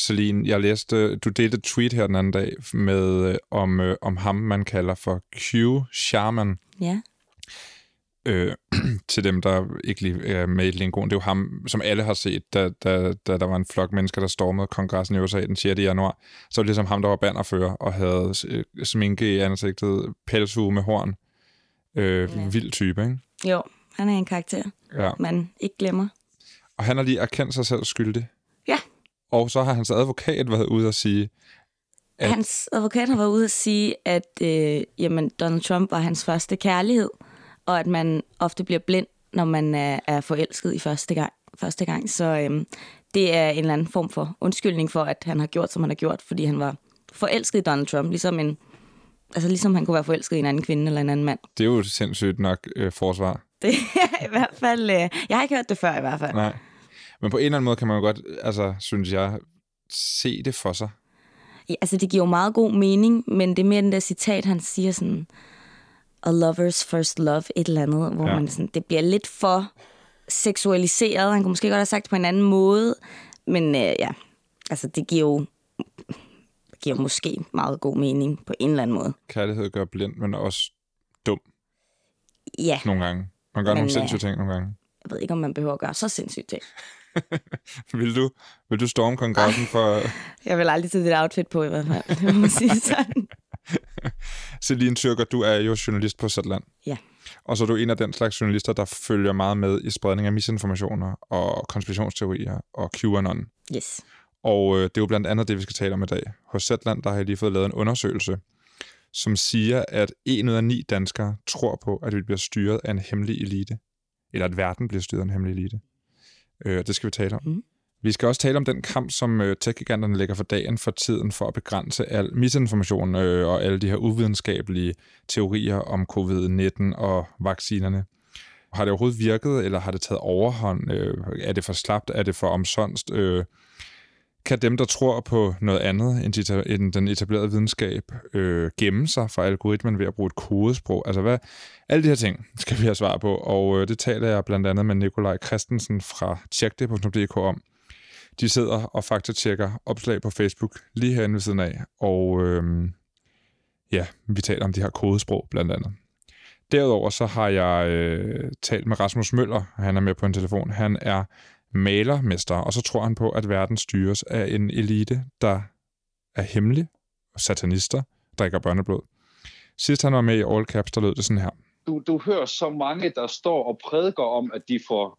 Celine, jeg læste, du delte et tweet her den anden dag med om ham, man kalder for Q Sharman. Ja. Til dem, der ikke lige er med i lingoen. Det er jo ham, som alle har set, da der var en flok mennesker, der stormede kongressen i USA den 6. januar. Så var det ligesom ham, der var bannerfører og havde sminke i ansigtet, pelshue med horn. Vild type, ikke? Jo, han er en karakter, man ikke glemmer. Og han har lige erkendt sig selv skyldig. Ja. Og så har hans advokat været ude at sige... Hans advokat har været ude at sige, at jamen, Donald Trump var hans første kærlighed, og at man ofte bliver blind, når man er forelsket i første gang. Så det er en eller anden form for undskyldning for, at han har gjort, som han har gjort, fordi han var forelsket i Donald Trump, ligesom han kunne være forelsket i en anden kvinde eller en anden mand. Det er jo sindssygt nok forsvar. Det er i hvert fald... jeg har ikke hørt det før i hvert fald. Nej. Men på en eller anden måde kan man jo godt, synes jeg, se det for sig. Ja, altså, det giver jo meget god mening, men det er mere den der citat, han siger sådan... A lover's first love, et eller andet, hvor man sådan, det bliver lidt for seksualiseret. Han kunne måske godt have sagt det på en anden måde, men altså det giver jo måske meget god mening på en eller anden måde. Kærlighed gør blind, men også dum. Ja. Nogle gange. Man gør nogle sindssyge ting nogle gange. Jeg ved ikke, om man behøver at gøre så sindssyge ting. Vil du storme kongressen for... Jeg vil aldrig tage dit outfit på i hvert fald, det må man sige sådan. Celine Tyrker, du er jo journalist på Zetland. Ja. Og så er du en af den slags journalister, der følger meget med i spredning af misinformationer og konspirationsteorier og QAnon. Yes. Og det er jo blandt andet det, vi skal tale om i dag. Hos Zetland, der har jeg lige fået lavet en undersøgelse, som siger, at 1 ud af 9 danskere tror på, at vi bliver styret af en hemmelig elite. Eller at verden bliver styret af en hemmelig elite. Det skal vi tale om. Mm. Vi skal også tale om den kamp, som tech-giganterne lægger for dagen for tiden for at begrænse al misinformation og alle de her uvidenskabelige teorier om covid-19 og vaccinerne. Har det overhovedet virket, eller har det taget overhånd? Er det for slapt? Er det for omsonst? Kan dem, der tror på noget andet end den etablerede videnskab, gemme sig fra algoritmen ved at bruge et kodesprog? Altså hvad? Alle de her ting skal vi have svar på, og det taler jeg blandt andet med Nikolaj Christensen fra tjekde.dk om. De sidder og faktatjekker opslag på Facebook lige herinde ved siden af, og vi taler om de her kodesprog blandt andet. Derudover så har jeg talt med Rasmus Møller, han er med på en telefon. Han er malermester, og så tror han på, at verden styres af en elite, der er hemmelig, satanister, drikker børneblod. Sidst han var med i All Caps, der lød det sådan her. Du hører så mange, der står og prædiker om, at de får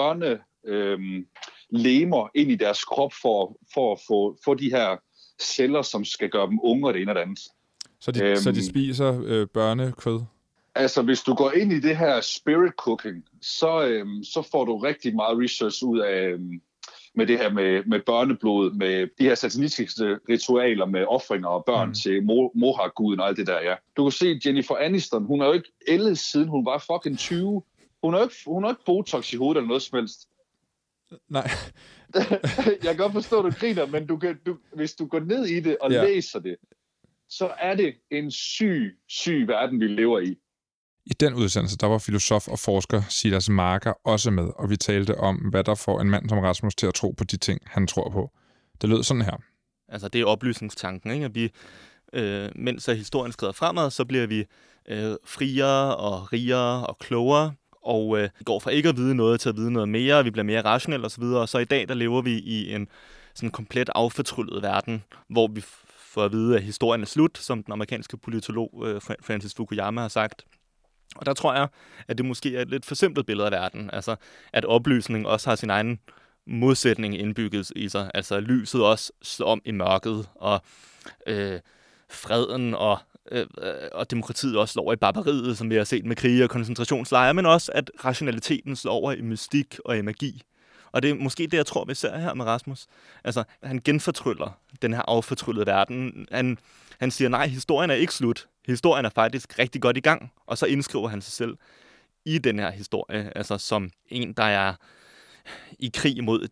lemer ind i deres krop for at få de her celler, som skal gøre dem unge og det ene og det andet. Så de spiser børnekød? Altså, hvis du går ind i det her spirit cooking, så får du rigtig meget research ud af med det her med børneblod, med de her satanistiske ritualer med ofringer og børn til Mohawk-guden og alt det der, ja. Du kan se Jennifer Aniston, hun er jo ikke ældet siden hun var fucking 20. Hun har ikke botox i hovedet eller noget som helst. Nej. Jeg kan godt forstå, at du griner, men hvis du går ned i det og læser det, så er det en syg verden, vi lever i. I den udsendelse, der var filosof og forsker Silas Marker også med, og vi talte om, hvad der får en mand som Rasmus til at tro på de ting, han tror på. Det lød sådan her. Altså, det er oplysningstanken, ikke? At vi, mens historien skrider fremad, så bliver vi friere og rigere og klogere, og går fra ikke at vide noget til at vide noget mere, vi bliver mere rationelle osv., og så i dag, der lever vi i en sådan komplet affortryllet verden, hvor vi får at vide, at historien er slut, som den amerikanske politolog Francis Fukuyama har sagt. Og der tror jeg, at det måske er et lidt forsimplet billede af verden. Altså, at oplysning også har sin egen modsætning indbygget i sig. Altså, lyset også slår om i mørket, og freden og demokratiet også slår over i barbariet, som vi har set med krige og koncentrationslejre, men også, at rationaliteten slår over i mystik og i magi. Og det er måske det, jeg tror, vi ser her med Rasmus. Altså, han genfortryller den her affortryllede verden. Han siger, nej, historien er ikke slut. Historien er faktisk rigtig godt i gang. Og så indskriver han sig selv i den her historie, altså som en, der er i krig mod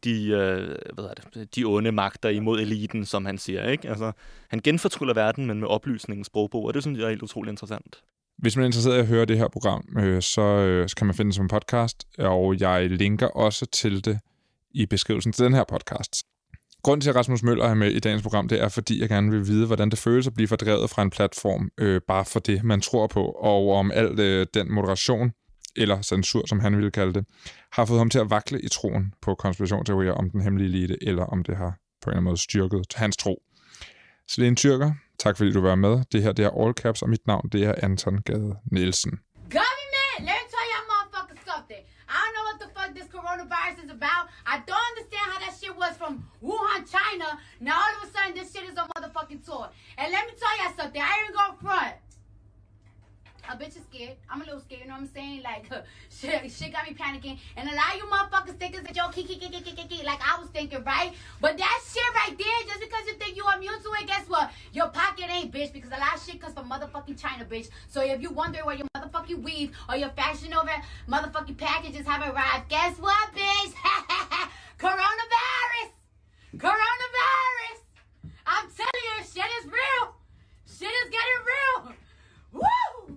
de onde magter, imod eliten, som han siger, ikke? Altså, han genfortryller verden, men med oplysningens sprogbog, og det synes jeg er helt utroligt interessant. Hvis man er interesseret i at høre det her program, så kan man finde det som en podcast, og jeg linker også til det i beskrivelsen til den her podcast. Grunden til, at Rasmus Møller er med i dagens program, det er, fordi jeg gerne vil vide, hvordan det føles at blive fordrevet fra en platform, bare for det, man tror på, og om al den moderation, eller censur, som han ville kalde det, har fået ham til at vakle i troen på konspirationsteorier om den hemmelige elite, eller om det har på en eller anden måde styrket hans tro. Så det er en tyrker. Tak fordi du var med. Det her, det er All Caps, og mit navn, det er Anton Gade Nielsen. Government, let me tell y'all motherfuckers something. I don't know what the fuck this coronavirus is about. I don't understand how that shit was from Wuhan, China. Now all of a sudden this shit is on motherfucking tour. And let me tell y'all something. I ain't gonna front. A bitch is scared. I'm a little scared, you know what I'm saying? Like, shit got me panicking. And a lot of you motherfuckers think it's a joke, like I was thinking, right? But that shit right there, just because you think you're immune to it, guess what? Your pocket ain't, bitch, because a lot of shit comes from motherfucking China, bitch. So if you wonder where your motherfucking weave or your fashion over motherfucking packages have arrived, guess what, bitch? Coronavirus! Coronavirus! I'm telling you, shit is real! Shit is getting real! Woo!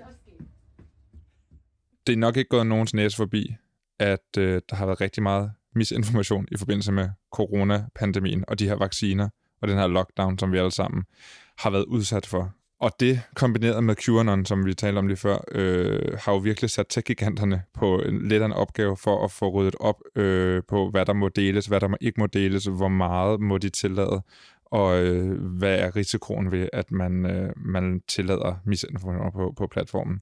Det er nok ikke gået nogens næse forbi, at der har været rigtig meget misinformation i forbindelse med coronapandemien og de her vacciner og den her lockdown, som vi alle sammen har været udsat for. Og det kombineret med QAnon, som vi talte om lige før, har jo virkelig sat tech-giganterne på lidt af en opgave for at få ryddet op på, hvad der må deles, hvad der ikke må deles, hvor meget må de tillade, og hvad er risikoen ved, at man tillader misinformation på platformen.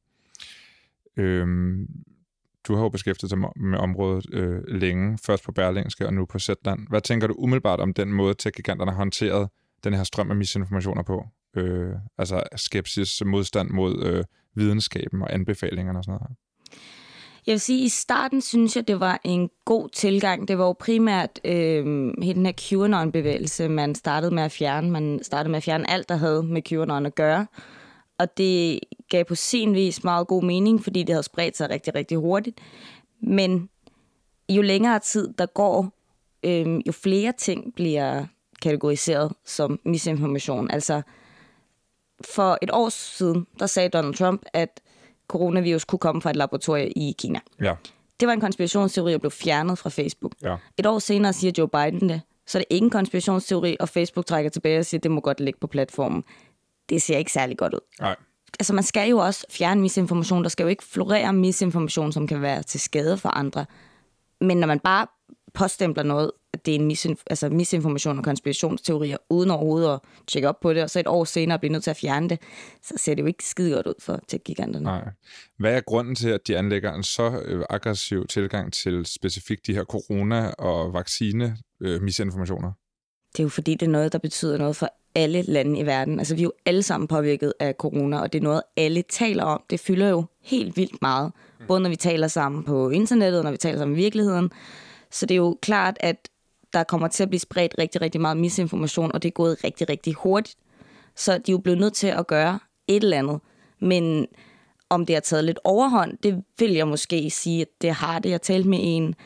Du har jo beskæftiget dig med området længe, først på Berlingske og nu på Zetland. Hvad tænker du umiddelbart om den måde, tech-giganterne har håndteret den her strøm af misinformationer på? Altså skepsis, modstand mod videnskaben og anbefalingerne og sådan noget. Jeg vil sige, at i starten synes jeg, det var en god tilgang. Det var jo primært hele den her QAnon-bevægelse, man startede med at fjerne. Man startede med at fjerne alt, der havde med QAnon at gøre. Og det gav på sin vis meget god mening, fordi det havde spredt sig rigtig, rigtig hurtigt. Men jo længere tid der går, jo flere ting bliver kategoriseret som misinformation. Altså for et år siden, der sagde Donald Trump, at coronavirus kunne komme fra et laboratorium i Kina. Ja. Det var en konspirationsteori, og blev fjernet fra Facebook. Ja. Et år senere siger Joe Biden det. Så er det ikke en konspirationsteori, og Facebook trækker tilbage og siger, at det må godt ligge på platformen. Det ser ikke særlig godt ud. Nej. Altså man skal jo også fjerne misinformation. Der skal jo ikke florere misinformation, som kan være til skade for andre. Men når man bare påstempler noget, at det er en misinformation og konspirationsteorier, uden overhovedet at tjekke op på det, og så et år senere bliver nødt til at fjerne det, så ser det jo ikke skide godt ud for tech-giganterne. Nej. Hvad er grunden til, at de anlægger en så aggressiv tilgang til specifikt de her corona- og vaccine-misinformationer? Det er jo fordi, det er noget, der betyder noget for alle lande i verden. Altså vi er jo alle sammen påvirket af corona, og det er noget, alle taler om. Det fylder jo helt vildt meget. Både når vi taler sammen på internettet, og når vi taler sammen i virkeligheden. Så det er jo klart, at der kommer til at blive spredt rigtig, rigtig meget misinformation, og det er gået rigtig, rigtig hurtigt. Så de er jo blevet nødt til at gøre et eller andet. Men om det har taget lidt overhånd, det vil jeg måske sige, at det har det. Jeg talte med en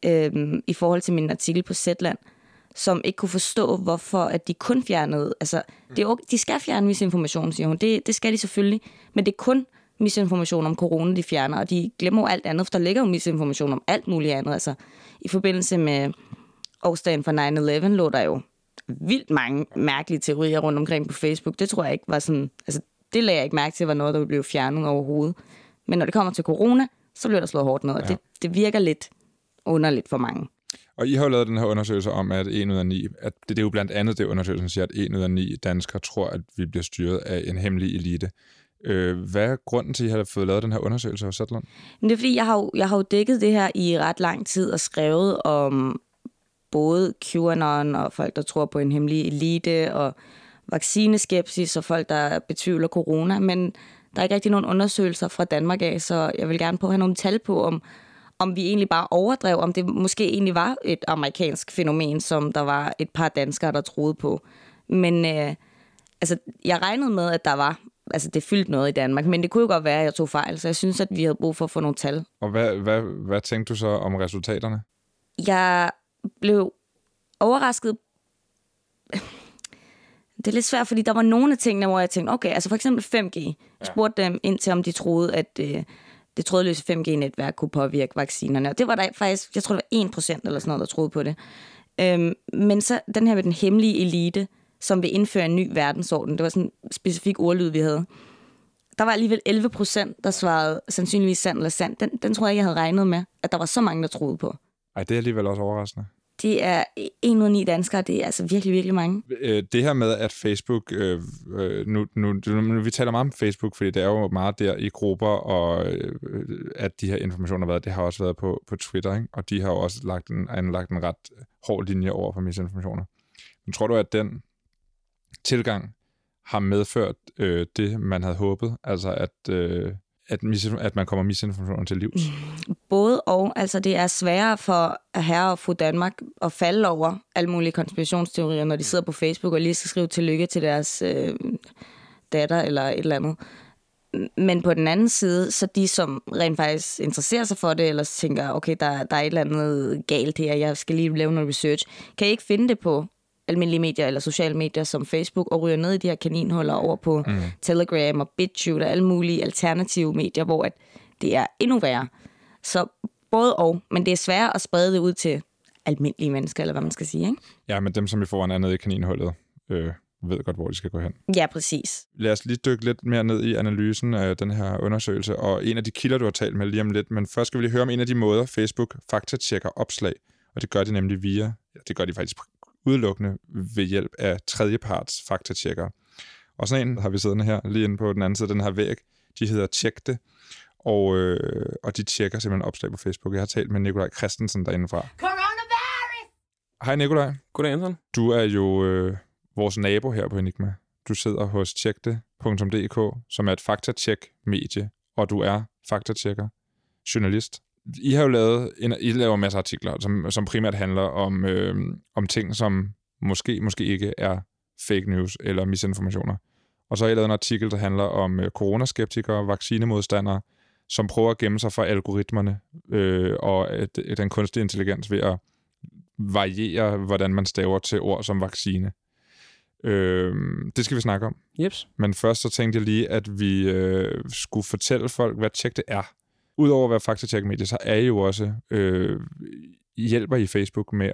i forhold til min artikel på Zetland, som ikke kunne forstå, hvorfor at de kun fjernede. Altså, de skal fjerne misinformation, siger hun. Det skal de selvfølgelig, men det er kun misinformation om corona, de fjerner, og de glemmer jo alt andet, for der ligger jo misinformation om alt muligt andet. Altså, i forbindelse med årsdagen for 9/11 lå der jo vildt mange mærkelige teorier rundt omkring på Facebook. Det tror jeg ikke var sådan... Altså, det lagde jeg ikke mærke til, var noget, der ville blive fjernet overhovedet. Men når det kommer til corona, så bliver der slået hårdt ned, og det virker lidt underligt for mange. Og I har jo lavet den her undersøgelse om, at 1 ud af 9, at det er jo blandt andet det, undersøgelsen siger, at 1 ud af 9 danskere tror, at vi bliver styret af en hemmelig elite. Hvad er grunden til, at I har fået lavet den her undersøgelse hos Zetland? Det er fordi, jeg har jo dækket det her i ret lang tid og skrevet om både QAnon og folk, der tror på en hemmelig elite og vaccineskepsis og folk, der betvivler corona. Men der er ikke rigtig nogen undersøgelser fra Danmark af, så jeg vil gerne på at have nogle tal på, om vi egentlig bare overdrev, om det måske egentlig var et amerikansk fænomen, som der var et par danskere, der troede på. Men jeg regnede med, at der var... Altså, det fyldte noget i Danmark, men det kunne jo godt være, at jeg tog fejl, så jeg synes, at vi havde brug for at få nogle tal. Og hvad tænkte du så om resultaterne? Jeg blev overrasket. Det er lidt svært, fordi der var nogle af tingene, hvor jeg tænkte, okay, altså for eksempel 5G. Jeg spurgte dem indtil, om de troede, at det trådløse 5G-netværk kunne påvirke vaccinerne. Og det var der faktisk, jeg tror, det var 1% eller sådan noget, der troede på det. Men så den her med den hemmelige elite, som vil indføre en ny verdensorden, det var sådan en specifik ordlyd, vi havde. Der var alligevel 11%, der svarede sandsynligvis sandt eller sandt. Den tror jeg ikke, jeg havde regnet med, at der var så mange, der troede på. Ej, det er alligevel også overraskende. Det er 1 ud af 9 danskere, det er altså virkelig, virkelig mange. Det her med, at Facebook... Nu vi taler meget om Facebook, fordi det er jo meget der i grupper, og at de her informationer har været, det har også været på Twitter, ikke? Og de har jo også anlagt en ret hård linje over for misinformationer. Men tror du, at den tilgang har medført det, man havde håbet? Altså, at man kommer misinformationer til livs? Både og. Altså, det er sværere for herre og fru Danmark at falde over alle mulige konspirationsteorier, når de sidder på Facebook og lige skal skrive tillykke til deres datter eller et eller andet. Men på den anden side, så de, som rent faktisk interesserer sig for det, eller tænker, okay, der er et eller andet galt her, jeg skal lige lave noget research, kan ikke finde det på almindelige medier eller sociale medier som Facebook, og ryger ned i de her kaninhuller over på Telegram og BitChute og alle mulige alternative medier, hvor at det er endnu værre. Så både og, men det er svært at sprede det ud til almindelige mennesker, eller hvad man skal sige, ikke? Ja, men dem, som vi får en andet i kaninhullet, ved godt, hvor de skal gå hen. Ja, præcis. Lad os lige dykke lidt mere ned i analysen af den her undersøgelse, og en af de kilder, du har talt med lige om lidt, men først skal vi lige høre om en af de måder, Facebook faktatjekker opslag, og det gør de nemlig det gør de faktisk udelukkende ved hjælp af tredjeparts faktatjekkere. Og sådan en har vi siddende her, lige inde på den anden side af den her væg. De hedder Tjek det, og de tjekker simpelthen opslag på Facebook. Jeg har talt med Nikolaj Christensen derindefra. Coronavirus! Hej Nikolaj. Goddag, Anton. Du er jo vores nabo her på Enigma. Du sidder hos tjekte.dk, som er et faktatjek-medie, og du er faktatjekker, journalist. I har jo laver masser af artikler, som primært handler om ting, som måske ikke er fake news eller misinformationer. Og så har I lavet en artikel, der handler om coronaskeptikere og vaccinemodstandere, som prøver at gemme sig for algoritmerne og den kunstige intelligens ved at variere, hvordan man staver til ord som vaccine. Det skal vi snakke om. Jeps. Men først så tænkte jeg lige, at vi skulle fortælle folk, hvad Tjek det er. Udover at være faktatjek-medie, så er I jo også hjælper i Facebook med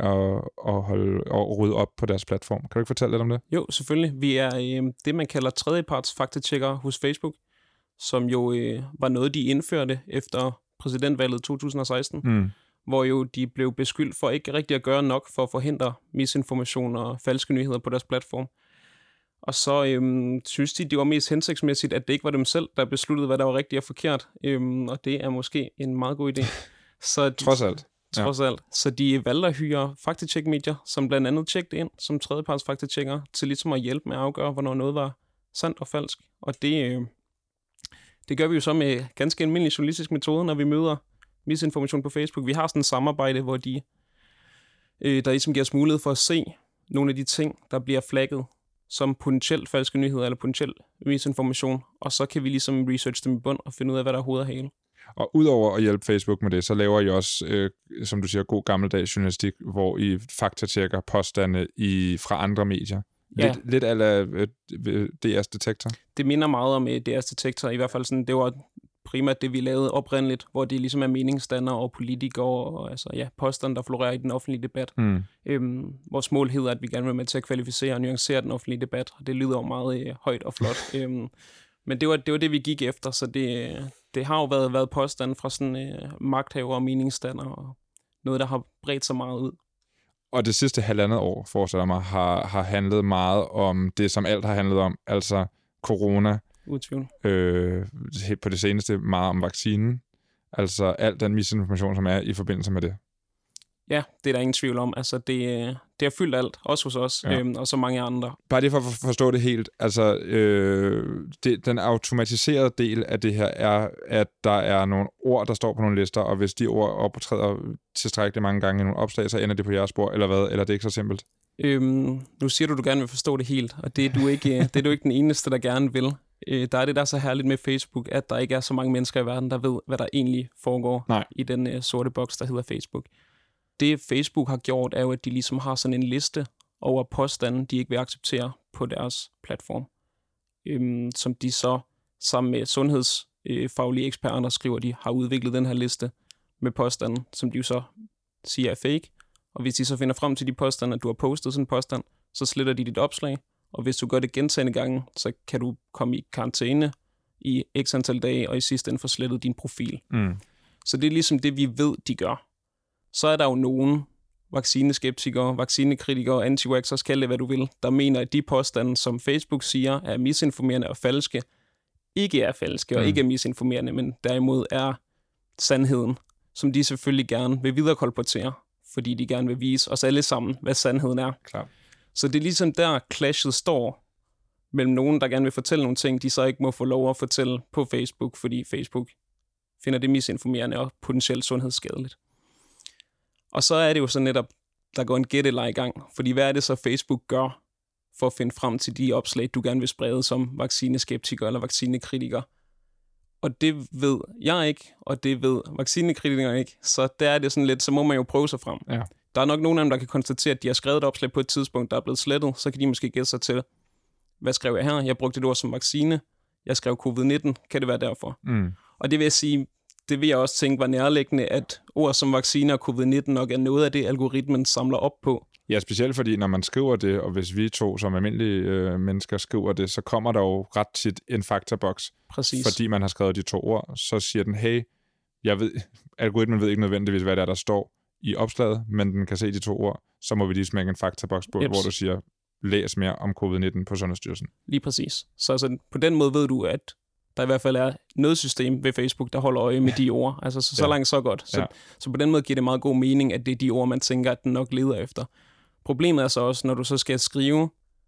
at rydde op på deres platform. Kan du ikke fortælle lidt om det? Jo, selvfølgelig. Vi er det, man kalder tredjeparts faktatjekkere hos Facebook, som jo var noget, de indførte efter præsidentvalget 2016, hvor jo de blev beskyldt for ikke rigtig at gøre nok for at forhindre misinformation og falske nyheder på deres platform. Og så synes de, det var mest hensigtsmæssigt, at det ikke var dem selv, der besluttede, hvad der var rigtigt og forkert. Og det er måske en meget god idé. Så Trods alt. Så de valgte at hyre faktatjek-medier, som blandt andet tjekkede ind som tredjeparts faktatjekkere, til ligesom at hjælpe med at afgøre, hvornår noget var sandt og falsk. Og det gør vi jo så med ganske almindelig journalistisk metode, når vi møder misinformation på Facebook. Vi har sådan et samarbejde, hvor der ligesom giver os mulighed for at se nogle af de ting, der bliver flagget som potentielt falske nyheder eller potentielt misinformation, og så kan vi ligesom researche dem i bund og finde ud af, hvad der er hoved og hale. Og udover at hjælpe Facebook med det, så laver I også, som du siger, god gammeldags journalistik, hvor I faktatjekker påstande fra andre medier. Ja. Lidt ala DR's Detektor. Det minder meget om DR's Detektor, i hvert fald sådan, det var primært det, vi lavede oprindeligt, hvor det ligesom er meningsdannere og politikere og påstande, der florerer i den offentlige debat. Vores mål hedder, at vi gerne vil være med til at kvalificere og nuancere den offentlige debat, og det lyder jo meget højt og flot. Men det var det, vi gik efter, så det har jo været påstande fra sådan magthavere og meningsdannere, og noget, der har bredt sig meget ud. Og det sidste 1,5 år, forestiller mig, har handlet meget om det, som alt har handlet om, altså corona. Utvivl. På det seneste meget om vaccinen. Altså al den misinformation, som er i forbindelse med det. Ja, det er der ingen tvivl om. Altså, det har fyldt alt, også hos os, og så mange andre. Bare lige for at forstå det helt. Altså, den automatiserede del af det her er, at der er nogle ord, der står på nogle lister, og hvis de ord optræder tilstrækkeligt mange gange i nogle opslag, så ender det på jeres spor, eller hvad? Eller det er ikke så simpelt? Nu siger du gerne vil forstå det helt, og det er du ikke den eneste, der gerne vil. Der er det, der er så herligt med Facebook, at der ikke er så mange mennesker i verden, der ved, hvad der egentlig foregår i den sorte boks, der hedder Facebook. Det Facebook har gjort, er jo, at de ligesom har sådan en liste over påstande, de ikke vil acceptere på deres platform. Som de så sammen med sundhedsfaglige eksperter, skriver de, har udviklet den her liste med påstande, som de jo så siger er fake. Og hvis de så finder frem til de påstande, at du har postet sådan en påstand, så sletter de dit opslag. Og hvis du gør det gentagne gange, så kan du komme i karantæne i x antal dage, og i sidste ende få slettet din profil. Så det er ligesom det, vi ved, de gør. Så er der jo nogen vaccineskeptikere, vaccinekritikere, anti-vaxxers, kald det hvad du vil, der mener, at de påstande, som Facebook siger, er misinformerende og falske, ikke er falske og ikke er misinformerende, men derimod er sandheden, som de selvfølgelig gerne vil viderekolportere, fordi de gerne vil vise os alle sammen, hvad sandheden er. Klar. Så det er ligesom der, clashet står mellem nogen, der gerne vil fortælle nogle ting, de så ikke må få lov at fortælle på Facebook, fordi Facebook finder det misinformerende og potentielt sundhedsskadeligt. Og så er det jo så netop, der går en gættelej i gang, fordi hvad er det så, Facebook gør for at finde frem til de opslag, du gerne vil sprede som vaccineskeptiker eller vaccinekritiker? Og det ved jeg ikke, og det ved vaccinekritikere ikke, så der er det sådan lidt, så må man jo prøve sig frem. Ja. Der er nok nogen af dem, der kan konstatere, at de har skrevet et opslag på et tidspunkt, der er blevet slettet, så kan de måske gætte sig til, hvad skrev jeg her? Jeg brugte et ord som vaccine, jeg skrev covid-19, kan det være derfor? Og det vil jeg sige, det vil jeg også tænke var nærliggende, at ord som vaccine og covid-19 nok er noget af det, algoritmen samler op på. Ja, specielt fordi, når man skriver det, og hvis vi to som almindelige mennesker skriver det, så kommer der jo ret tit en faktaboks. Præcis. Fordi man har skrevet de 2 ord, så siger den, hey, algoritmen ved ikke nødvendigvis, hvad der står i opslaget, men den kan se de 2 ord, så må vi lige smække en faktaboks på, hvor du siger, læs mere om covid-19 på Sundhedsstyrelsen. Lige præcis. Så altså, på den måde ved du, at der i hvert fald er noget system ved Facebook, der holder øje med de ord. Altså så langt, så godt. Så på den måde giver det meget god mening, at det er de ord, man tænker, at den nok leder efter. Problemet er så også, når du så skal skrive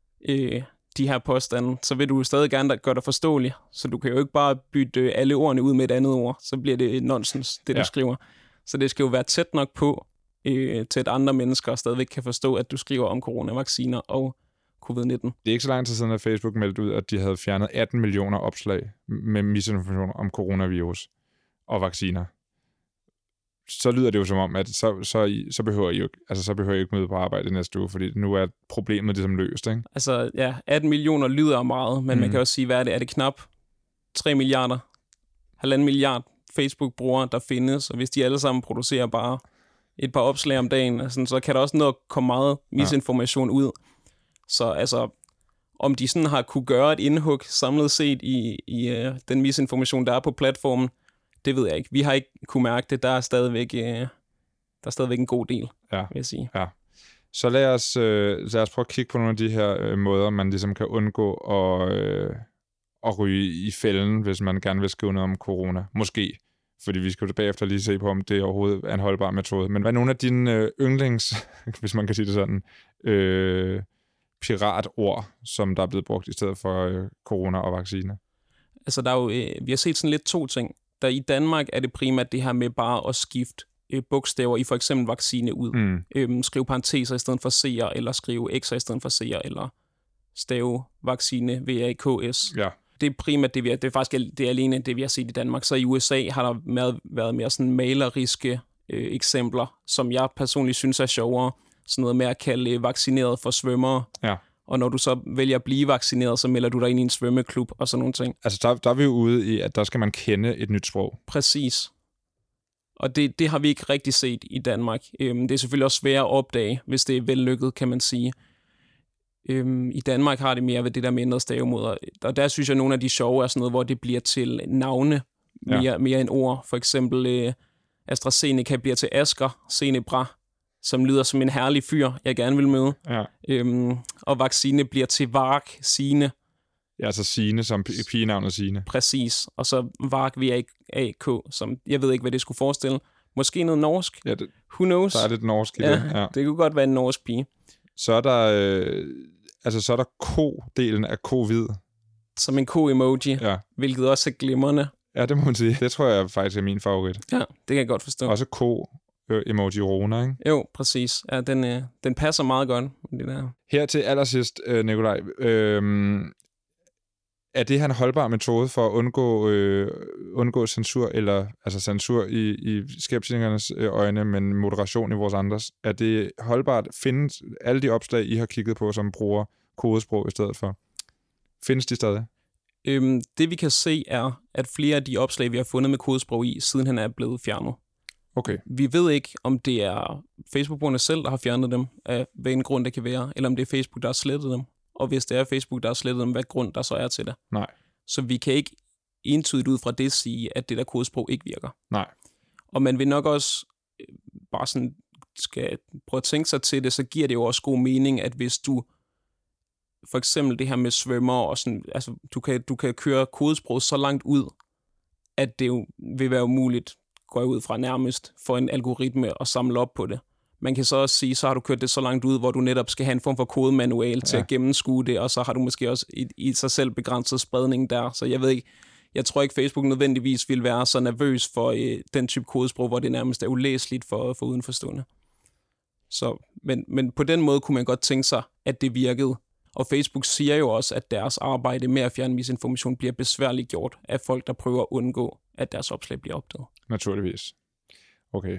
de her påstande, så vil du stadig gerne gøre dig forståelig. Så du kan jo ikke bare bytte alle ordene ud med et andet ord. Så bliver det nonsens, det du skriver. Så det skal jo være tæt nok på, til at andre mennesker stadigvæk kan forstå, at du skriver om coronavacciner og covid-19. Det er ikke så lang tid siden, at Facebook meldte ud, at de havde fjernet 18 millioner opslag med misinformation om coronavirus og vacciner. Så lyder det jo som om, at så behøver I ikke møde på arbejde næste uge, fordi nu er problemet ligesom løst, ikke? Altså, ja, 18 millioner lyder meget, men man kan også sige, hvad er det? Er det knap 3 milliarder, 1,5 milliard Facebook-brugere, der findes, og hvis de alle sammen producerer bare et par opslag om dagen, altså, så kan der også komme meget misinformation ud. Så altså, om de sådan har kunne gøre et indhug samlet set i den misinformation, der er på platformen, det ved jeg ikke. Vi har ikke kunne mærke det. Der er stadigvæk en god del, vil jeg sige. Ja. Så lad os prøve at kigge på nogle af de her måder, man ligesom kan undgå at ryge i fælden, hvis man gerne vil skrive noget om corona. Måske. Fordi vi skal jo bagefter lige se på, om det overhovedet er en holdbar metode. Men hvad er nogle af dine yndlings, hvis man kan sige det sådan, piratord, som der er blevet brugt i stedet for corona og vacciner? Altså, der er jo, vi har set sådan lidt 2 ting. Der i Danmark er det primært det her med bare at skifte bogstaver i for eksempel vaccine ud. Skrive parenteser i stedet for C'er, eller skrive X'er i stedet for C'er, eller stave vaccine, VAKS. Ja. Det er primært det er faktisk det er alene det, vi har set i Danmark. Så i USA har der været mere sådan maleriske eksempler, som jeg personligt synes er sjovere. Sådan noget med at kalde vaccineret for svømmere. Ja. Og når du så vælger at blive vaccineret, så melder du dig ind i en svømmeklub og sådan nogle ting. Altså der er vi jo ude i, at der skal man kende et nyt sprog. Præcis. Og det har vi ikke rigtig set i Danmark. Det er selvfølgelig også svært at opdage, hvis det er vellykket, kan man sige. I Danmark har det mere ved det der med ændret stavemåder. Og der synes jeg, at nogle af de sjove er sådan noget, hvor det bliver til navne mere end ord. For eksempel AstraZeneca bliver til Asger Senebra, som lyder som en herlig fyr, jeg gerne vil møde. Ja. Og vaccine bliver til Vark Signe. Ja, altså Signe, som pigenavnet Signe. Præcis. Og så Vark VAK, som jeg ved ikke, hvad det skulle forestille. Måske noget norsk. Ja, who knows? Der er lidt norsk i det. Ja. Det kunne godt være en norsk pige. Så er der ko-delen af covid. Som en ko-emoji, hvilket også er glimrende. Ja, det må man sige. Det tror jeg faktisk er min favorit. Ja, det kan jeg godt forstå. Også ko-emoji Rona, ikke? Jo, præcis. Ja, den passer meget godt. Det der. Her til allersidst, Nikolaj. Er det her en holdbar metode for at undgå censur, eller altså censur i skeptikernes øjne, men moderation i vores andres? Er det holdbart? Findes alle de opslag, I har kigget på, som bruger kodesprog i stedet for? Findes de stadig? Det vi kan se er, at flere af de opslag, vi har fundet med kodesprog i, sidenhen er blevet fjernet. Okay. Vi ved ikke, om det er Facebook-brugerne selv, der har fjernet dem, af hvad en grund det kan være, eller om det er Facebook, der har slettet dem. Og hvis det er Facebook, der har slettet dem, hvad grund der så er til det. Nej. Så vi kan ikke entydigt ud fra det sige, at det der kodesprog ikke virker. Nej. Og man vil nok også bare sådan skal prøve at tænke sig til det, så giver det jo også god mening, at hvis du for eksempel det her med svømmer og sådan, altså du kan køre kodesprog så langt ud, at det jo vil være umuligt, går jeg ud fra nærmest, for en algoritme at samle op på det. Man kan så også sige, så har du kørt det så langt ud, hvor du netop skal have en form for kodemanual til at gennemskue det, og så har du måske også i sig selv begrænset spredning der. Så jeg ved ikke, jeg tror ikke, Facebook nødvendigvis vil være så nervøs for den type kodesprog, hvor det nærmest er ulæseligt for udenforstående. Så, men på den måde kunne man godt tænke sig, at det virkede. Og Facebook siger jo også, at deres arbejde med at fjerne misinformation bliver besværligt gjort af folk, der prøver at undgå, at deres opslag bliver opdaget. Naturligvis. Okay.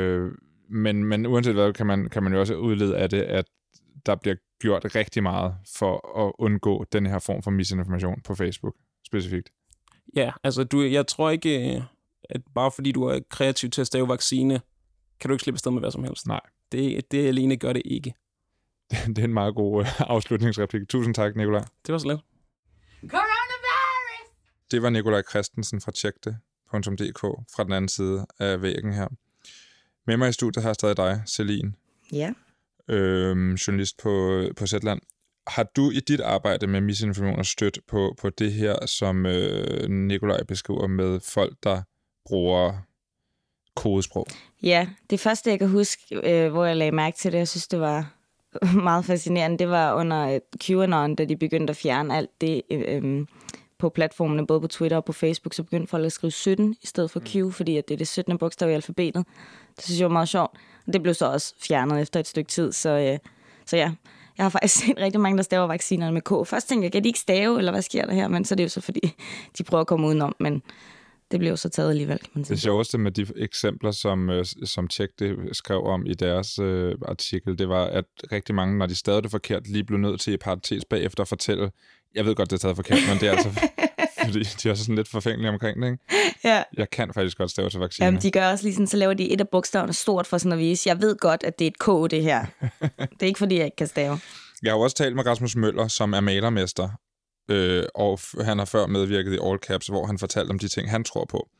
Men uanset hvad, kan man jo også udlede af det, at der bliver gjort rigtig meget for at undgå den her form for misinformation på Facebook specifikt. Ja, altså jeg tror ikke, at bare fordi du er kreativ til at stave vaccine, kan du ikke slippe afsted med hvad som helst. Nej. Det alene gør det ikke. Det er en meget god afslutningsreplik. Tusind tak, Nikolaj. Det var så let. Coronavirus! Det var Nikolaj Christensen fra tjekte.dk fra den anden side af væggen her. Med mig i studiet har jeg stadig dig, Celine. Ja. Journalist på Zetland. Har du i dit arbejde med misinformation stødt på det her, som Nikolaj beskriver med folk, der bruger kodesprog? Ja, det første, jeg kan huske, hvor jeg lagde mærke til det, jeg synes, det var meget fascinerende, det var under QAnon, da de begyndte at fjerne alt det på platformene, både på Twitter og på Facebook, så begyndte folk at skrive 17 i stedet for Q, fordi at det er det 17. bogstav i alfabetet. Det synes jeg var meget sjovt. Og det blev så også fjernet efter et stykke tid, så ja. Jeg har faktisk set rigtig mange, der staver vaccinerne med K. Først tænkte jeg, kan de ikke stave, eller hvad sker der her? Men så er det jo så, fordi de prøver at komme udenom, men det blev jo så taget alligevel, kan man sige. Det sjoveste med de eksempler, som Tjekte skrev om i deres artikel, det var, at rigtig mange, når de stavede det forkert, lige blev nødt til i parentes bagefter at fortælle, jeg ved godt, det er stadig forkert, men det er altså, fordi de er også sådan lidt forfængelige omkring det, ikke? Ja. Jeg kan faktisk godt stave til vaccine. Jamen, de gør også lige sådan, så laver de et af bogstaverne stort for sådan at vise, jeg ved godt, at det er et K, det her. Det er ikke, fordi jeg ikke kan stave. Jeg har jo også talt med Rasmus Møller, som er malermester, og han har før medvirket i All Caps, hvor han fortalte om de ting, han tror på.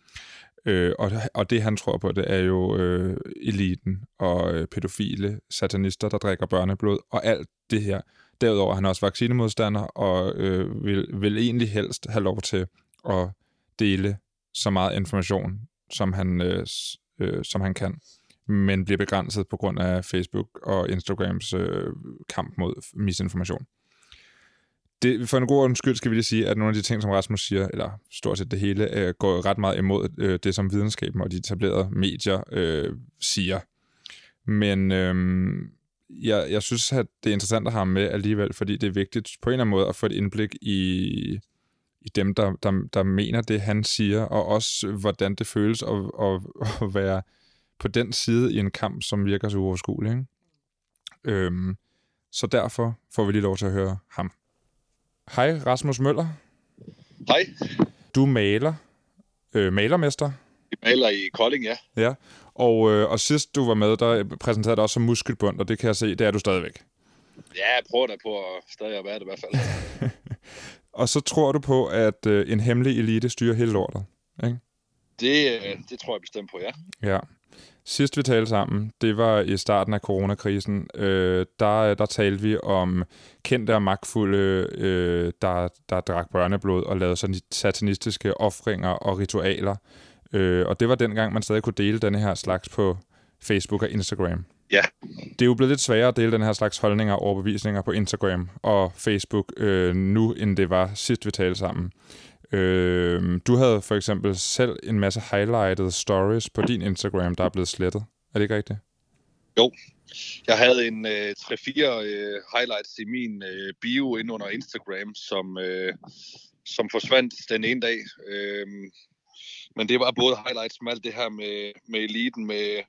Og det, han tror på, det er jo eliten og pædofile satanister, der drikker børneblod, og alt det her. Derudover er han også vaccinemodstander, og vil egentlig helst have lov til at dele så meget information, som han kan, men bliver begrænset på grund af Facebook og Instagrams kamp mod misinformation. For en god ordens skyld skal vi lige sige, at nogle af de ting, som Rasmus siger, eller stort set det hele, går ret meget imod det, som videnskaben og de etablerede medier siger. Men jeg synes, at det er interessant at have med alligevel, fordi det er vigtigt på en eller anden måde at få et indblik i dem, der mener det, han siger, og også hvordan det føles at være på den side i en kamp, som virker så uoverskuelig. Ikke? Så derfor får vi lige lov til at høre ham. Hej, Rasmus Møller. Hej. Du maler. Malermester. Jeg maler i Kolding, ja. Ja, og sidst du var med, der præsenterede du også som muskelbund, og det kan jeg se, det er du stadigvæk. Ja, jeg prøver da på at stadig være det i hvert fald. Og så tror du på, at en hemmelig elite styrer hele lortet, ikke? Det tror jeg bestemt på, ja. Ja. Sidst vi talte sammen, det var i starten af coronakrisen, der talte vi om kendte og magtfulde, der drak børneblod og lavede sådan satanistiske ofringer og ritualer. Og det var dengang, man stadig kunne dele denne her slags på Facebook og Instagram. Ja. Det er jo blevet lidt sværere at dele den her slags holdninger og overbevisninger på Instagram og Facebook nu, end det var sidst vi talte sammen. Du havde for eksempel selv en masse highlighted stories på din Instagram, der er blevet slettet. Er det ikke rigtigt? Jo. Jeg havde en 3-4 highlights i min bio inde under Instagram, som forsvandt den ene dag. Men det var både highlights med alt det her med eliten, med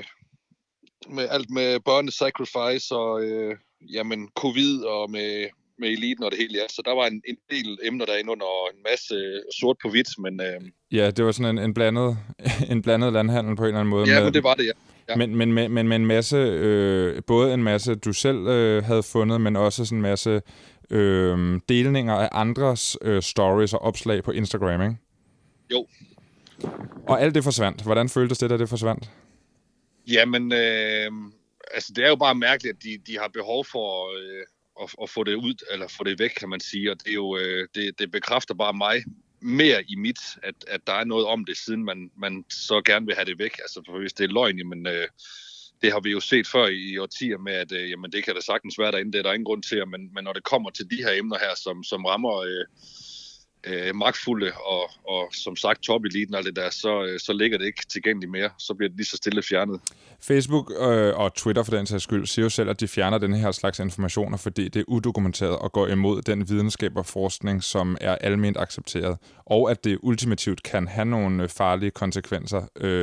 alt med børnesacrifice og covid og med med eliten og det hele, ja. Så der var en del emner derinde under, og en masse sort på hvidt, men... Ja, det var sådan en blandet landhandel på en eller anden måde. Ja, men det var det, ja. Ja. Men med en masse, både en masse, du selv havde fundet, men også sådan en masse delninger af andres stories og opslag på Instagram, ikke? Jo. Og alt det forsvandt. Hvordan føltes det, da det forsvandt? Jamen, altså det er jo bare mærkeligt, at de har behov for at få det ud, eller få det væk, kan man sige. Og det er jo, det bekræfter bare mig mere i mit, at der er noget om det, siden man så gerne vil have det væk. Altså for hvis det er løgn, jamen det har vi jo set før i årtier med, at jamen, det kan da sagtens være derinde, det er der ingen grund til. Men når det kommer til de her emner her, som rammer magtfulde og som sagt top-eliten og alt det der, så ligger det ikke tilgængeligt mere. Så bliver det lige så stille fjernet. Facebook og Twitter for den sags skyld siger jo selv, at de fjerner den her slags informationer, fordi det er udokumenteret og går imod den videnskab og forskning, som er alment accepteret, og at det ultimativt kan have nogle farlige konsekvenser.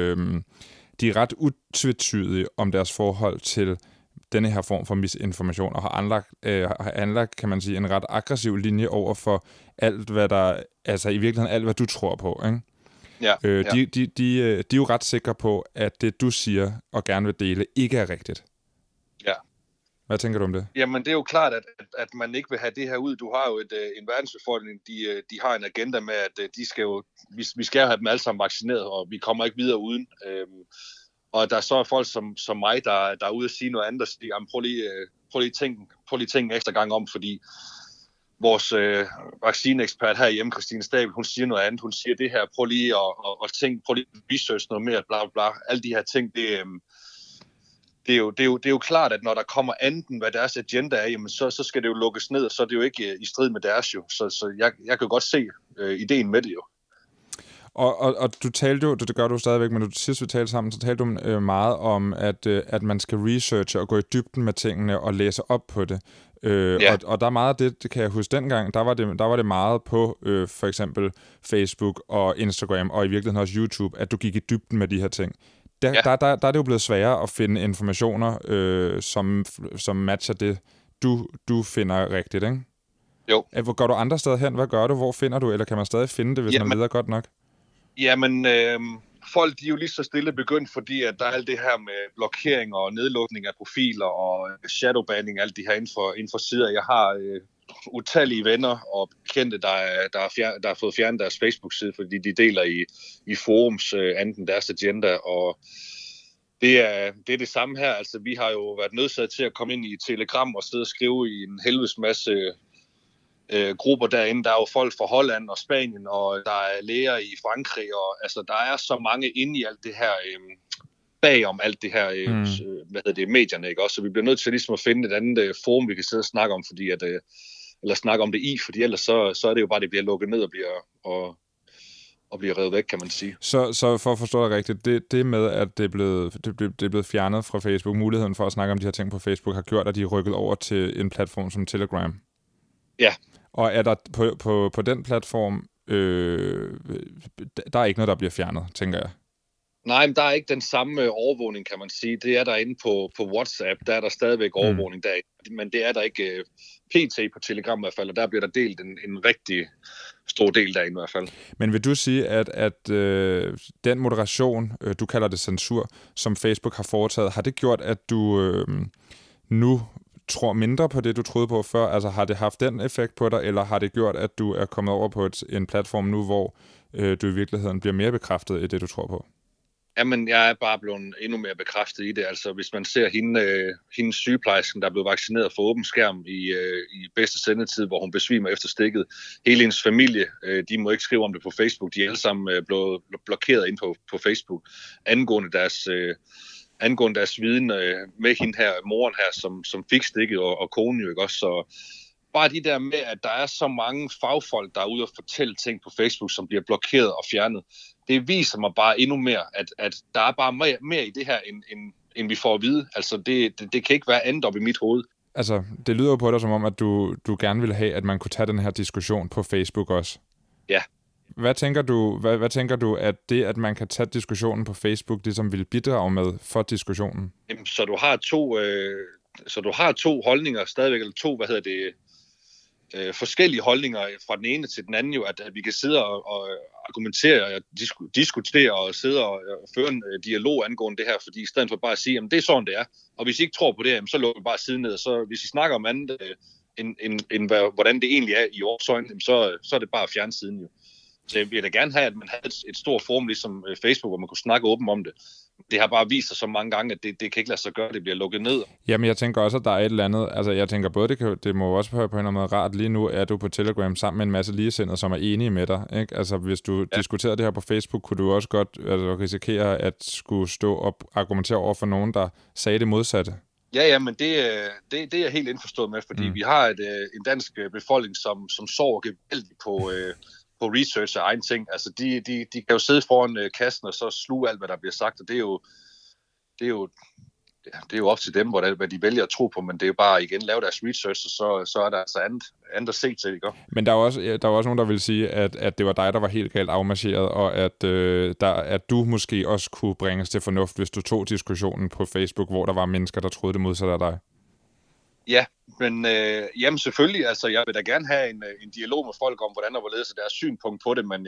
De er ret utvetydige om deres forhold til denne her form for misinformation, og har anlagt, kan man sige, en ret aggressiv linje over for alt, hvad der, altså i virkeligheden alt, hvad du tror på, ikke? Ja, de er jo ret sikre på, at det, du siger og gerne vil dele, ikke er rigtigt. Ja. Hvad tænker du om det? Jamen, det er jo klart, at man ikke vil have det her ud. Du har jo en verdensbefolkning, de har en agenda med, at de skal jo, vi skal have dem alle sammen vaccineret, og vi kommer ikke videre uden. Og der er så folk som mig, der er ude at sige noget andet, og siger, jamen, prøv lige tænke en ekstra gang om, fordi vores vaccineekspert herhjemme, Christine Stabel, hun siger noget andet. Hun siger det her, prøv lige at research noget mere, bla bla. Alle de her ting, det er jo klart, at når der kommer andet end, hvad deres agenda er, jamen så skal det jo lukkes ned, og så er det jo ikke i strid med deres jo. Så jeg kan godt se ideen med det jo. Og du talte jo, det gør du stadigvæk, men sidst vi talte sammen, så talte du meget om, at man skal researche og gå i dybden med tingene og læse op på det. Ja. Og der er meget af det kan jeg huske dengang, der var det meget på for eksempel Facebook og Instagram, og i virkeligheden også YouTube, at du gik i dybden med de her ting. Der er det jo blevet sværere at finde informationer, som matcher det, du finder rigtigt, ikke? Jo. Hvor går du andre steder hen? Hvad gør du? Hvor finder du? Eller kan man stadig finde det, hvis man leder godt nok? Jamen, folk de er jo lige så stille begyndt, fordi at der er alt det her med blokering og nedlukning af profiler og shadowbanning, alt det her inden for sider. Jeg har utallige venner og bekendte, der har fået fjernet deres Facebook-side, fordi de deler i forums anden deres agenda, og det er det samme her. Altså, vi har jo været nødsaget til at komme ind i Telegram og sidde og skrive i en helvedes masse grupper derinde. Der er jo folk fra Holland og Spanien, og der er læger i Frankrig, og altså, der er så mange inde i alt det her, bagom alt det her, medierne, ikke også? Så vi bliver nødt til ligesom at finde et andet forum, vi kan sidde og snakke om, eller snakke om det i, fordi ellers så er det jo bare, det bliver lukket ned og bliver revet væk, kan man sige. Så for at forstå dig rigtigt, det med, at det er blevet fjernet fra Facebook, muligheden for at snakke om de her ting på Facebook, har gjort, at de er rykket over til en platform som Telegram. Ja. Og er der på den platform, der er ikke noget, der bliver fjernet, tænker jeg? Nej, men der er ikke den samme overvågning, kan man sige. Det er der inde på WhatsApp, der er der stadigvæk overvågning derinde. Men det er der ikke PT på Telegram i hvert fald, og der bliver der delt en rigtig stor del derinde i hvert fald. Men vil du sige, at den moderation, du kalder det censur, som Facebook har foretaget, har det gjort, at du nu tror mindre på det, du troede på før? Altså har det haft den effekt på dig, eller har det gjort, at du er kommet over på en platform nu, hvor du i virkeligheden bliver mere bekræftet i det, du tror på? Jamen, jeg er bare blevet endnu mere bekræftet i det. Altså, hvis man ser hendes sygeplejersken, der blev vaccineret for åben skærm i bedste sendetid, hvor hun besvimer efter stikket. Hele hendes familie, de må ikke skrive om det på Facebook. De er alle sammen blevet blokeret ind på Facebook, angående deres viden med hende her, moren her, som fik stikket, og konen jo ikke også. Så bare de der med, at der er så mange fagfolk, der er ude og fortælle ting på Facebook, som bliver blokeret og fjernet. Det viser mig bare endnu mere, at der er bare mere i det her, end vi får at vide. Altså, det kan ikke være andet op i mit hoved. Altså, det lyder jo på dig som om, at du gerne ville have, at man kunne tage den her diskussion på Facebook også. Ja. Hvad tænker du, at det, at man kan tage diskussionen på Facebook, ligesom vil bidrage med for diskussionen? Jamen, så du har to holdninger stadigvæk, eller forskellige holdninger fra den ene til den anden, jo, at vi kan sidde og argumentere og diskutere og sidde og føre en dialog angående det her, fordi i stedet for bare at sige, at det er sådan, det er. Og hvis I ikke tror på det, så lukker vi bare siden ned. Så hvis I snakker om andet, end hvordan det egentlig er i vores øjne, så er det bare at fjerne siden jo. Så jeg vil da gerne have, at man havde et stort forum, ligesom Facebook, hvor man kunne snakke åbent om det. Det har bare vist sig så mange gange, at det kan ikke lade sig gøre, det bliver lukket ned. Jamen, jeg tænker også, at der er et eller andet... Altså, jeg tænker både, det må også på en eller anden måde rart. Lige nu er du på Telegram sammen med en masse ligesindede, som er enige med dig, ikke? Altså, hvis du diskuterede det her på Facebook, kunne du også godt risikere at skulle stå og argumentere over for nogen, der sagde det modsatte. Ja, men det er jeg helt indforstået med, fordi vi har en dansk befolkning, som sover gevaldigt på research og egen ting. Altså, de kan jo sidde foran kassen og så sluge alt, hvad der bliver sagt, og det er jo op til dem, hvad de vælger at tro på, men det er jo bare igen lave deres research, og så er der altså andet at se til, ikke? Men der er også nogen, der vil sige, at det var dig, der var helt galt afmarcheret, og at du måske også kunne bringes til fornuft, hvis du tog diskussionen på Facebook, hvor der var mennesker, der troede det modsatte af dig. Ja, men jamen selvfølgelig, altså jeg vil da gerne have en dialog med folk om, hvordan og hvorledes er deres synspunkt på det, men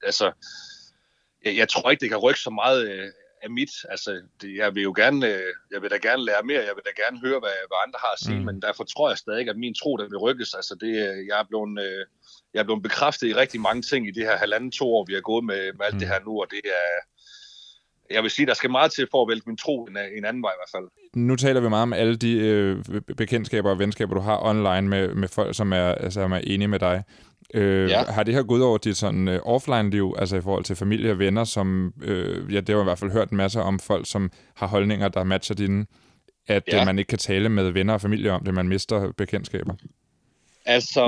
jeg tror ikke, det kan rykke så meget af mit. Altså, jeg vil da gerne lære mere, jeg vil da gerne høre, hvad andre har at sige, men derfor tror jeg stadig, at min tro, den vil rykkes. Altså, jeg er blevet bekræftet i rigtig mange ting i det her 1,5-2 år, vi har gået med alt det her nu, og det er... Jeg vil sige, der skal meget til for at vælge min tro en anden vej i hvert fald. Nu taler vi meget om alle de bekendtskaber og venskaber, du har online med folk, som er enige med dig. Har det her gået over dit sådan offline-liv, altså i forhold til familie og venner, som det har jeg i hvert fald hørt en masse om folk, som har holdninger, der matcher dine, at man ikke kan tale med venner og familie om det, man mister bekendtskaber? Altså,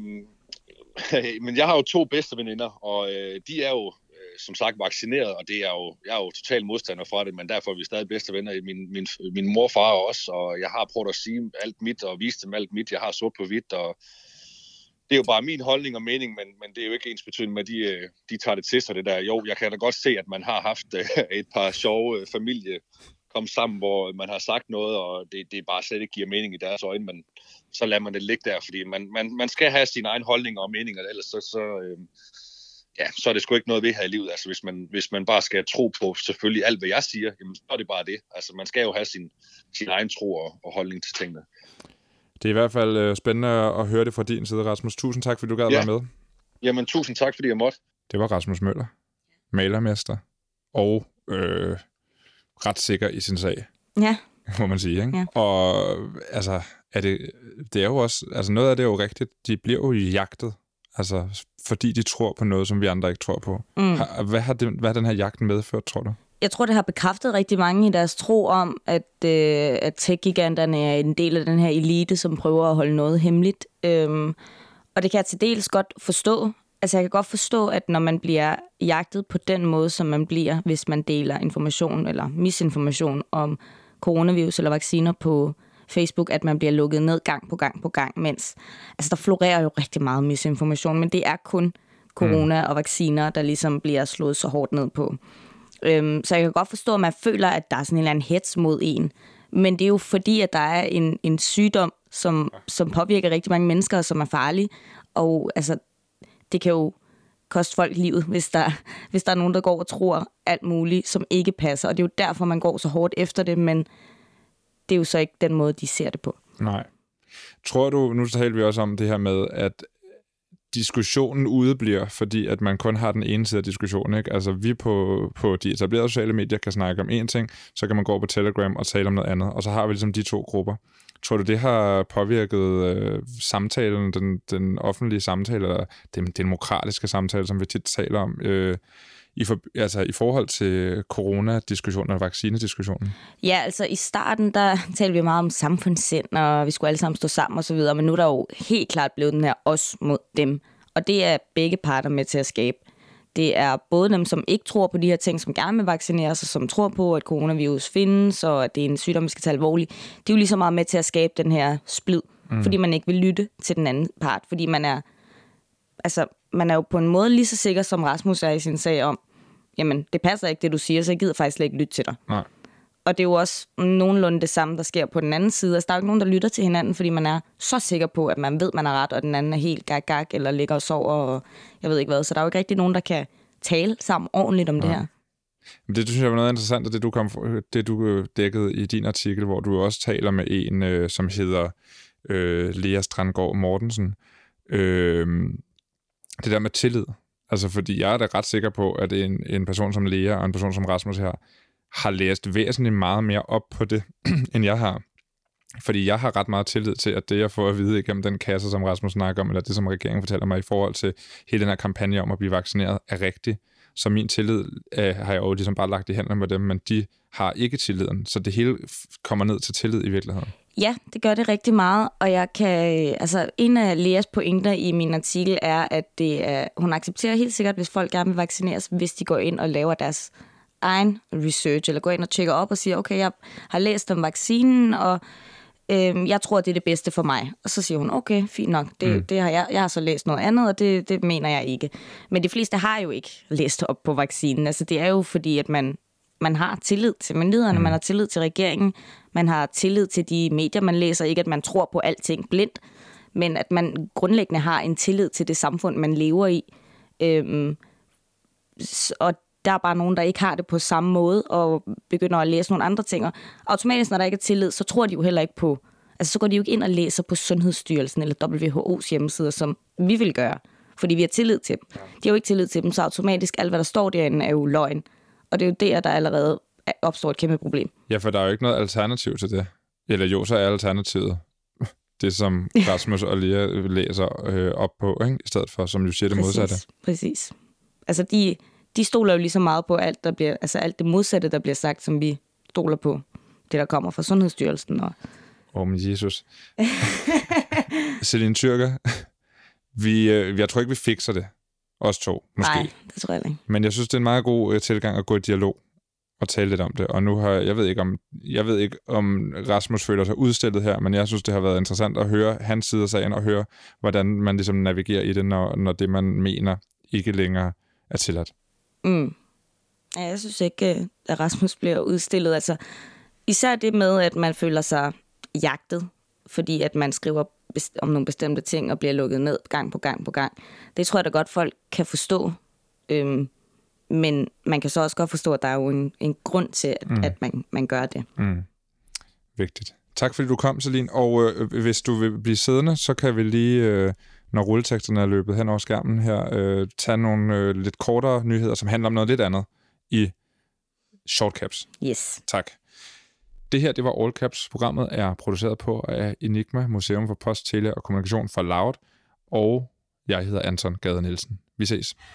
men jeg har jo 2 bedste veninder, og de er jo som sagt vaccineret, og jeg er jo total modstander fra det, men derfor er vi stadig bedste venner, min mor og far også, og jeg har prøvet at sige alt mit, og vise dem alt mit, jeg har sort på hvidt, og det er jo bare min holdning og mening, men det er jo ikke ensbetydende med, de tager det til sig, det der. Jo, jeg kan da godt se, at man har haft et par sjove familie komme sammen, hvor man har sagt noget, og det bare slet ikke giver mening i deres øjne, men så lader man det ligge der, fordi man skal have sine egne holdninger og meninger, ellers så er det sgu ikke noget ved her i livet. Altså, hvis man bare skal tro på selvfølgelig alt, hvad jeg siger, jamen, så er det bare det. Altså, man skal jo have sin egen tro og holdning til tingene. Det er i hvert fald spændende at høre det fra din side, Rasmus. Tusind tak, fordi du gad være med. Jamen, tusind tak, fordi jeg måtte. Det var Rasmus Møller, malermester og ret sikker i sin sag. Ja. Må man sige, ikke? Ja. Og altså, det er jo også, altså noget af det er jo rigtigt, de bliver jo jagtet, altså fordi de tror på noget, som vi andre ikke tror på. Hvad har den her jagt medført, tror du? Jeg tror, det har bekræftet rigtig mange i deres tro om, at tech-giganterne er en del af den her elite, som prøver at holde noget hemmeligt. Og det kan jeg til dels godt forstå. Altså, jeg kan godt forstå, at når man bliver jagtet på den måde, som man bliver, hvis man deler information eller misinformation om coronavirus eller vacciner på Facebook, at man bliver lukket ned gang på gang, mens altså, der florerer jo rigtig meget misinformation, men det er kun corona og vacciner, der ligesom bliver slået så hårdt ned på. Så jeg kan godt forstå, at man føler, at der er sådan en eller anden hets mod en. Men det er jo fordi, at der er en sygdom, som påvirker rigtig mange mennesker, som er farlig. Og altså, det kan jo koste folk livet, hvis der er nogen, der går og tror alt muligt, som ikke passer. Og det er jo derfor, man går så hårdt efter det, men det er jo så ikke den måde, de ser det på. Nej. Tror du, nu taler vi også om det her med, at diskussionen udebliver, fordi at man kun har den ene side af diskussionen, ikke? Altså vi på de etablerede sociale medier kan snakke om én ting, så kan man gå på Telegram og tale om noget andet, og så har vi ligesom de 2 grupper. Tror du, det har påvirket samtalen, den offentlige samtale, eller den demokratiske samtale, som vi tit taler om, i forhold til coronadiskussionen og vaccinediskussionen? Ja, altså i starten, der talte vi meget om samfundssind, og vi skulle alle sammen stå sammen og så videre, men nu er der jo helt klart blevet den her os mod dem, og det er begge parter med til at skabe. Det er både dem, som ikke tror på de her ting, som gerne vil vaccineres, og som tror på, at coronavirus findes, og at det er en sygdom, vi skal tage alvorligt. Det er jo lige så meget med til at skabe den her splid, fordi man ikke vil lytte til den anden part, fordi man er jo på en måde lige så sikker, som Rasmus er i sin sag om, jamen, det passer ikke, det du siger, så jeg gider faktisk slet ikke lytte til dig. Nej. Og det er jo også nogenlunde det samme, der sker på den anden side. Altså, der er jo ikke nogen, der lytter til hinanden, fordi man er så sikker på, at man ved, man er ret, og den anden er helt gag, eller ligger og sover, og jeg ved ikke hvad. Så der er jo ikke rigtig nogen, der kan tale sammen ordentligt om det her. Men det synes jeg var noget interessant, og det du dækkede i din artikel, hvor du også taler med en, som hedder Lea Strandgaard Mortensen. Det der med tillid. Altså, fordi jeg er da ret sikker på, at en person som Lea og en person som Rasmus her, har læst væsentligt meget mere op på det, end jeg har. Fordi jeg har ret meget tillid til, at det, jeg får at vide igennem den kasse, som Rasmus snakker om, eller det, som regeringen fortæller mig i forhold til hele den her kampagne om at blive vaccineret, er rigtigt. Så min tillid har jeg jo ligesom bare lagt i hænderne med dem, men de har ikke tilliden. Så det hele kommer ned til tillid i virkeligheden. Ja, det gør det rigtig meget, og jeg kan, altså en af Leas pointer i min artikel er, at hun accepterer helt sikkert, hvis folk gerne vil vaccineres, hvis de går ind og laver deres egen research, eller går ind og tjekker op og siger, okay, jeg har læst om vaccinen, og jeg tror, det er det bedste for mig. Og så siger hun, okay, fint nok, det har jeg har så læst noget andet, og det mener jeg ikke. Men de fleste har jo ikke læst op på vaccinen. Altså det er jo fordi, at man har tillid til myndighederne, man har tillid til regeringen, man har tillid til de medier, man læser. Ikke at man tror på alting blindt, men at man grundlæggende har en tillid til det samfund, man lever i. Og der er bare nogen, der ikke har det på samme måde, og begynder at læse nogle andre ting. Og automatisk, når der ikke er tillid, så tror de jo heller ikke på... Altså, så går de jo ikke ind og læser på Sundhedsstyrelsen eller WHO's hjemmesider, som vi vil gøre, fordi vi har tillid til dem. De har jo ikke tillid til dem, så automatisk alt, hvad der står derinde, er jo løgn. Og det er jo der allerede opstår et kæmpe problem. Ja, for der er jo ikke noget alternativ til det. Eller jo, så er alternativet det, som Rasmus og Lea læser op på, ikke? I stedet for, som du siger, det modsatte. Præcis. Altså, de stoler jo lige så meget på alt, der bliver, altså alt det modsatte, der bliver sagt, som vi stoler på det, der kommer fra Sundhedsstyrelsen. Men Jesus. Celine Tyrker, jeg tror ikke, vi fikser det. Os to, måske. Nej, det tror jeg ikke. Men jeg synes, det er en meget god tilgang at gå i dialog og tale lidt om det. Og nu har jeg ved ikke om Rasmus føler sig udstillet her, men jeg synes, det har været interessant at høre hans side af sagen og høre, hvordan man ligesom navigerer i det, når det, man mener, ikke længere er tilladt. Ja, jeg synes ikke, at Rasmus bliver udstillet. Altså, især det med, at man føler sig jagtet, fordi at man skriver om nogle bestemte ting og bliver lukket ned gang på gang på gang. Det tror jeg da godt, folk kan forstå. Men man kan så også godt forstå, at der er jo en grund til, at man gør det. Vigtigt. Tak fordi du kom, Celine. Og hvis du vil blive siddende, så kan vi lige, når rulleteksterne er løbet hen over skærmen her, tage nogle lidt kortere nyheder, som handler om noget lidt andet i shortcaps. Yes. Tak. Det her, det var All Caps. Programmet er produceret på af Enigma, Museum for Post, Tele og Kommunikation for Loud. Og jeg hedder Anton Gade Nielsen. Vi ses.